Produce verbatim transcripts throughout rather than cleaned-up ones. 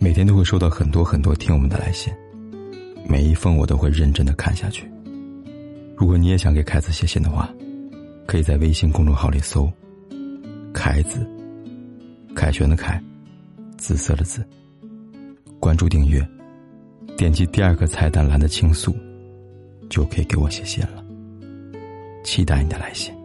每天都会收到很多很多听我们的来信，每一封我都会认真的看下去。如果你也想给凯子写信的话，可以在微信公众号里搜凯子，凯旋的凯，紫色的紫，关注订阅，点击第二个菜单栏的倾诉，就可以给我写信了。期待你的来信。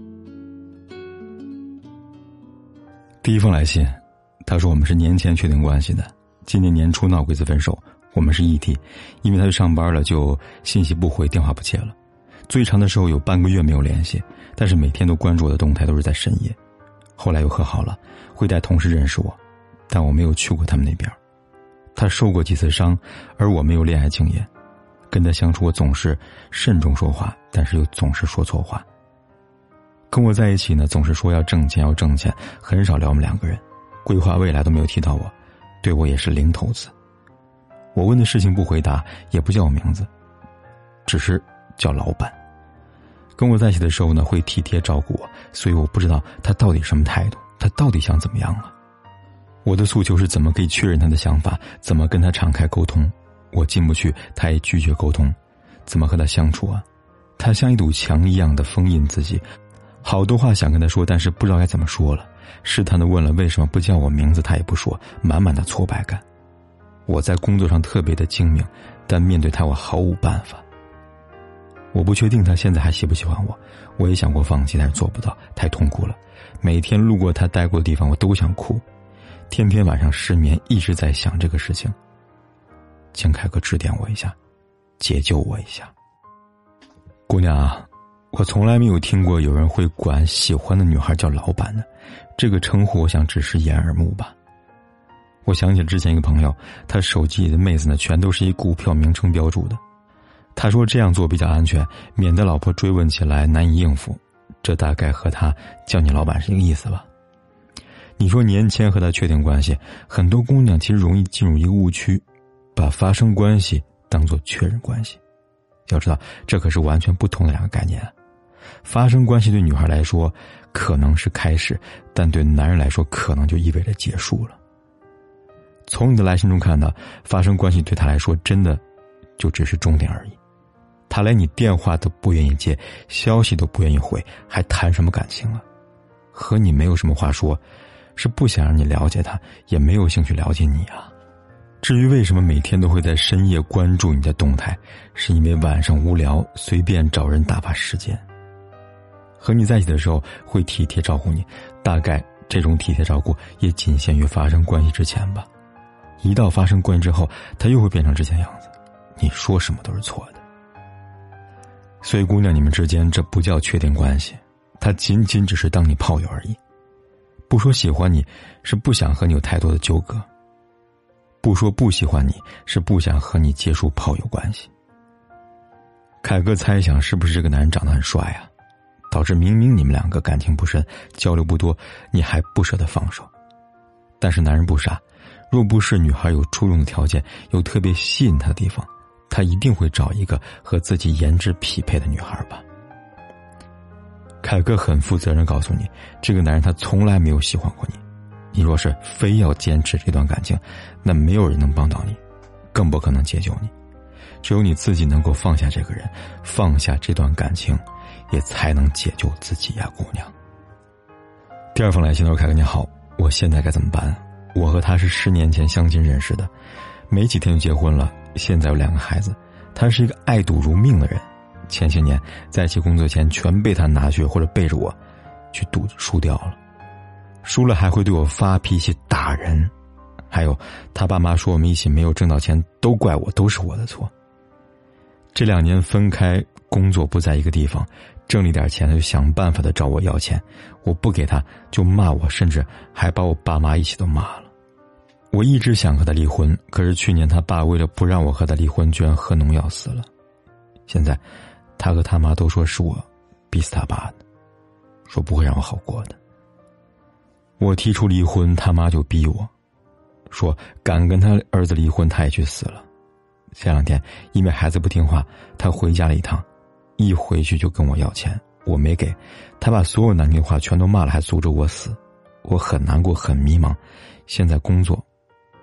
第一封来信，他说我们是年前确定关系的，今年年初闹过一次分手，我们是异地，因为他去上班了，就信息不回，电话不接了。最长的时候有半个月没有联系，但是每天都关注我的动态，都是在深夜。后来又和好了，会带同事认识我，但我没有去过他们那边。他受过几次伤，而我没有恋爱经验，跟他相处我总是慎重说话，但是又总是说错话。跟我在一起呢，总是说要挣钱要挣钱，很少聊我们两个人，规划未来都没有提到我，对我也是零投资。我问的事情不回答，也不叫我名字，只是叫老板。跟我在一起的时候呢，会体贴照顾我，所以我不知道他到底什么态度，他到底想怎么样了。我的诉求是怎么可以确认他的想法，怎么跟他敞开沟通。我进不去，他也拒绝沟通，怎么和他相处啊？他像一堵墙一样的封印自己，好多话想跟他说，但是不知道该怎么说了。试探的问了为什么不叫我名字，他也不说，满满的挫败感。我在工作上特别的精明，但面对他我毫无办法。我不确定他现在还喜不喜欢我，我也想过放弃，但是做不到，太痛苦了。每天路过他待过的地方我都想哭，天天晚上失眠，一直在想这个事情。请凯哥指点我一下，解救我一下。姑娘啊，我从来没有听过有人会管喜欢的女孩叫老板的，这个称呼我想只是掩耳目吧。我想起了之前一个朋友，他手机里的妹子呢，全都是以股票名称标注的。他说这样做比较安全，免得老婆追问起来难以应付，这大概和他叫你老板是一个意思吧。你说年前和他确定关系，很多姑娘其实容易进入一个误区，把发生关系当作确认关系。要知道这可是完全不同的两个概念啊。发生关系对女孩来说可能是开始，但对男人来说可能就意味着结束了。从你的来信中看到，发生关系对他来说真的就只是终点而已。他连你电话都不愿意接，消息都不愿意回，还谈什么感情啊？和你没有什么话说，是不想让你了解他，也没有兴趣了解你啊。至于为什么每天都会在深夜关注你的动态，是因为晚上无聊随便找人打发时间。和你在一起的时候会体贴照顾你，大概这种体贴照顾也仅限于发生关系之前吧。一到发生关系之后，他又会变成之前样子，你说什么都是错的。所以姑娘，你们之间这不叫确定关系，他仅仅只是当你炮友而已。不说喜欢你，是不想和你有太多的纠葛；不说不喜欢你，是不想和你结束炮友关系。凯哥猜想是不是这个男人长得很帅啊，导致明明你们两个感情不深，交流不多，你还不舍得放手。但是男人不傻，若不是女孩有出众的条件，有特别吸引他的地方，他一定会找一个和自己颜值匹配的女孩吧。凯哥很负责任告诉你，这个男人他从来没有喜欢过你。你若是非要坚持这段感情，那没有人能帮到你，更不可能解救你。只有你自己能够放下这个人，放下这段感情，也才能解救自己呀，姑娘。第二封来信的时候，凯哥你好，我现在该怎么办？我和他是十年前相亲认识的，没几天就结婚了，现在有两个孩子。他是一个爱赌如命的人，前些年在一起工作前全被他拿去或者背着我去赌输掉了，输了还会对我发脾气打人。还有他爸妈说我们一起没有挣到钱，都怪我，都是我的错。这两年分开工作，不在一个地方，挣了一点钱他就想办法的找我要钱，我不给他就骂我，甚至还把我爸妈一起都骂了。我一直想和他离婚，可是去年他爸为了不让我和他离婚，居然喝农药死了。现在他和他妈都说是我逼死他爸的，说不会让我好过的。我提出离婚，他妈就逼我，说敢跟他儿子离婚他也去死了。前两天因为孩子不听话，他回家了一趟，一回去就跟我要钱，我没给，他把所有难听话全都骂了，还诅咒我死。我很难过很迷茫，现在工作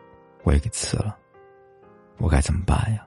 我也给辞了，我该怎么办呀？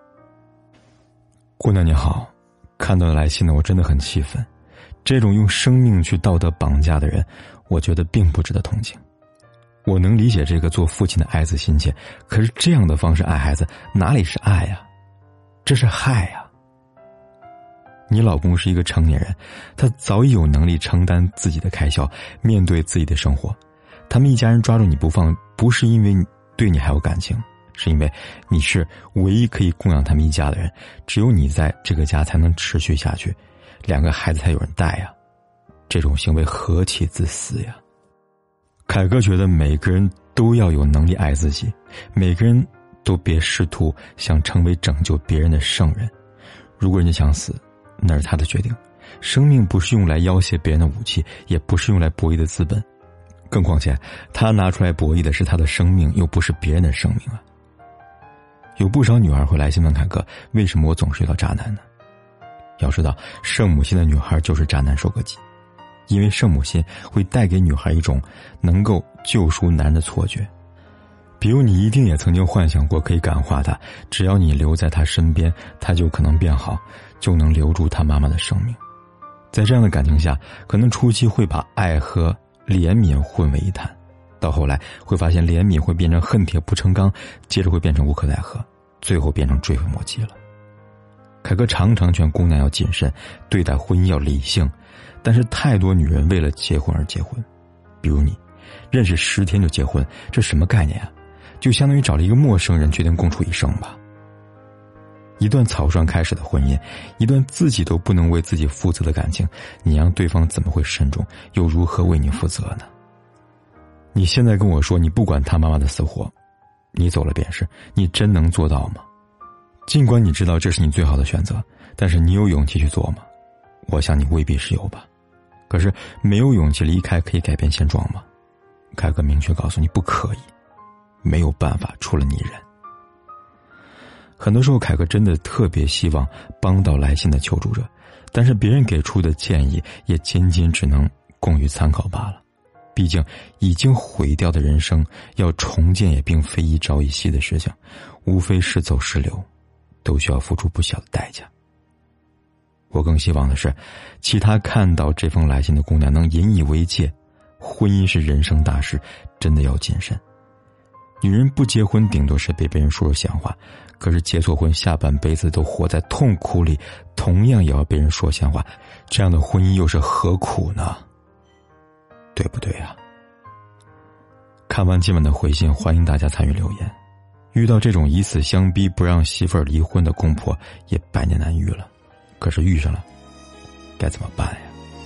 姑娘你好，看到来信呢，我真的很气愤。这种用生命去道德绑架的人，我觉得并不值得同情。我能理解这个做父亲的爱子心切，可是这样的方式爱孩子，哪里是爱呀？这是害呀！你老公是一个成年人，他早已有能力承担自己的开销，面对自己的生活。他们一家人抓住你不放，不是因为对你还有感情，是因为你是唯一可以供养他们一家的人，只有你在这个家才能持续下去，两个孩子才有人带呀。这种行为何其自私呀！凯哥觉得每个人都要有能力爱自己，每个人都别试图想成为拯救别人的圣人。如果人家想死，那是他的决定。生命不是用来要挟别人的武器，也不是用来博弈的资本。更况且他拿出来博弈的是他的生命，又不是别人的生命啊。有不少女孩会来信问凯哥，为什么我总是遇到渣男呢？要知道，圣母心的女孩就是渣男收割机。因为圣母心会带给女孩一种能够救赎男人的错觉。比如你一定也曾经幻想过可以感化他，只要你留在他身边，他就可能变好，就能留住他妈妈的生命。在这样的感情下，可能初期会把爱和怜悯混为一谈，到后来会发现怜悯会变成恨铁不成钢，接着会变成无可奈何，最后变成追悔莫及了。凯哥常常劝姑娘要谨慎，对待婚姻要理性，但是太多女人为了结婚而结婚。比如你认识十天就结婚，这什么概念啊？就相当于找了一个陌生人决定共处一生吧。一段草率开始的婚姻，一段自己都不能为自己负责的感情，你让对方怎么会慎重，又如何为你负责呢？你现在跟我说你不管他妈妈的死活，你走了便是，你真能做到吗？尽管你知道这是你最好的选择，但是你有勇气去做吗？我想你未必是有吧。可是没有勇气离开可以改变现状吗？凯哥明确告诉你不可以，没有办法，除了你人。很多时候凯哥真的特别希望帮到来信的求助者，但是别人给出的建议也仅仅只能供于参考罢了。毕竟已经毁掉的人生要重建也并非一朝一夕的事情，无非是走是留，都需要付出不小的代价。我更希望的是，其他看到这封来信的姑娘能引以为戒，婚姻是人生大事，真的要谨慎。女人不结婚顶多是被别人说说闲话，可是结错婚下半辈子都活在痛苦里，同样也要被人说闲话，这样的婚姻又是何苦呢？对不对啊？看完今晚的回信，欢迎大家参与留言。遇到这种以死相逼不让媳妇儿离婚的公婆也百年难遇了，可是遇上了该怎么办呀？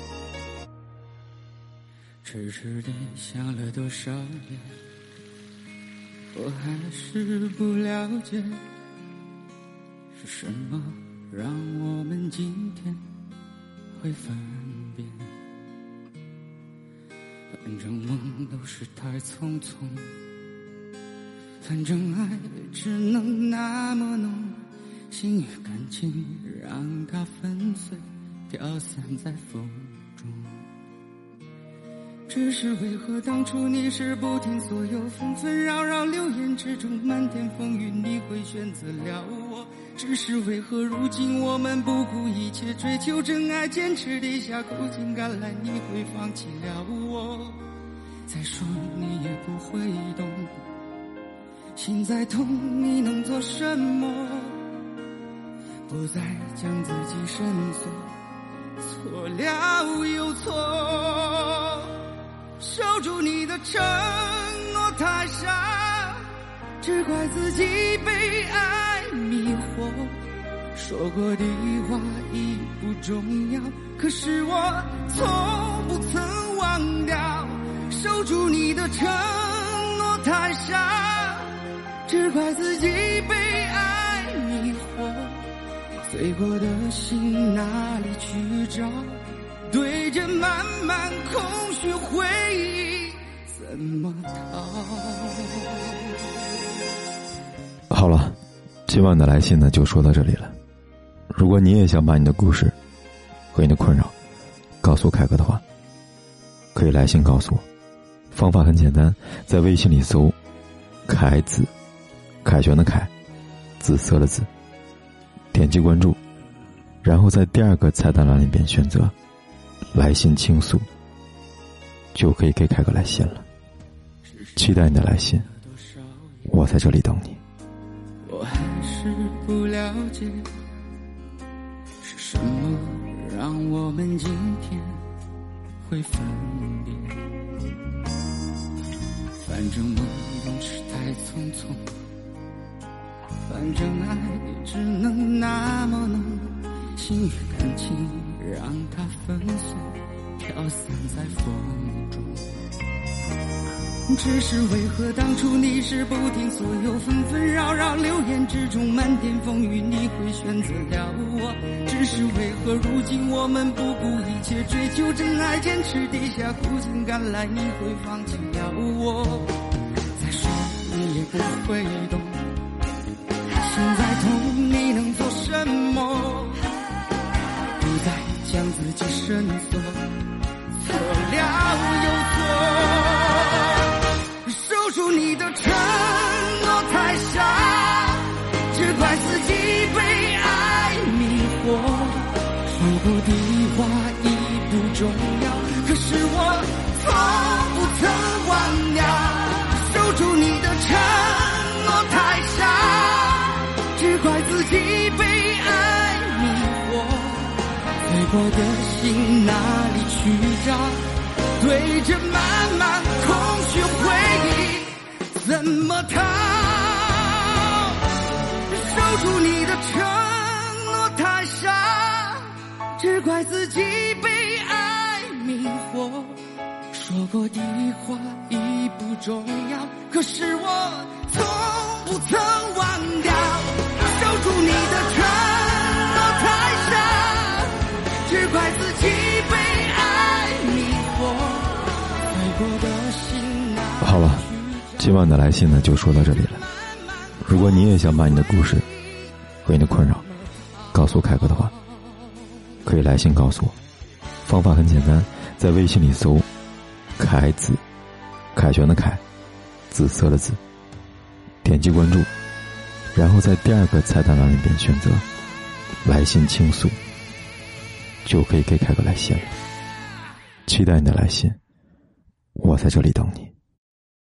痴痴地想了多少年，我还是不了解是什么让我们今天会分别。反正梦都是太匆匆，反正爱只能那么浓，心与感情让它粉碎飘散在风中。只是为何当初你是不听所有纷纷扰扰流言之中漫天风雨，你会选择了我？只是为何如今我们不顾一切追求真爱，坚持地下口井甘来，你会放弃了我？再说你也不会懂，心再痛你能做什么？不再将自己深锁，错了又错，守住你的承诺太傻，只怪自己被爱迷惑，说过的话已不重要，可是我从不曾忘掉，守住你的承诺太傻，只怪自己被爱迷惑，碎过的心哪里去找？对着漫漫空虚回忆怎么逃？ 好了，今晚的来信呢就说到这里了。如果你也想把你的故事和你的困扰告诉凯哥的话，可以来信告诉我。方法很简单，在微信里搜凯子凯旋的凯，紫色的紫，点击关注，然后在第二个菜单栏里边选择来信倾诉，就可以给凯哥来信了。期待你的来信，我在这里等你。 我还是不了解是什么让我们今天会分别，反正梦总是太匆匆，反正爱只能那么浓，心与感情让它分送飘散在风中。只是为何当初你是不听所有纷纷扰扰流言之中漫天风雨，你会选择了我？只是为何如今我们不顾一切追求真爱，坚持底下苦尽甘来，你会放弃了我？再说你也不会懂，心再痛你能做什么？不再将自己深锁，错了又错。守住你的承诺太傻，只怪自己被爱迷惑。说过的话已不重要，可是我从不曾忘掉。守住你的承诺太傻，只怪自己被爱迷惑。碎过的心哪里去找？对着满满空虚回忆怎么逃？守住你的承诺太傻，只怪自己被爱迷惑。说过的话已不重要，可是我从不曾忘掉。守住你的承诺太傻，只怪自己被爱迷惑。 好了，今晚的来信呢就说到这里了。如果你也想把你的故事和你的困扰告诉凯哥的话，可以来信告诉我。方法很简单，在微信里搜凯子，凯旋的凯，紫色的紫，点击关注，然后在第二个菜单栏里边选择来信倾诉，就可以给凯哥来信了。期待你的来信，我在这里等你。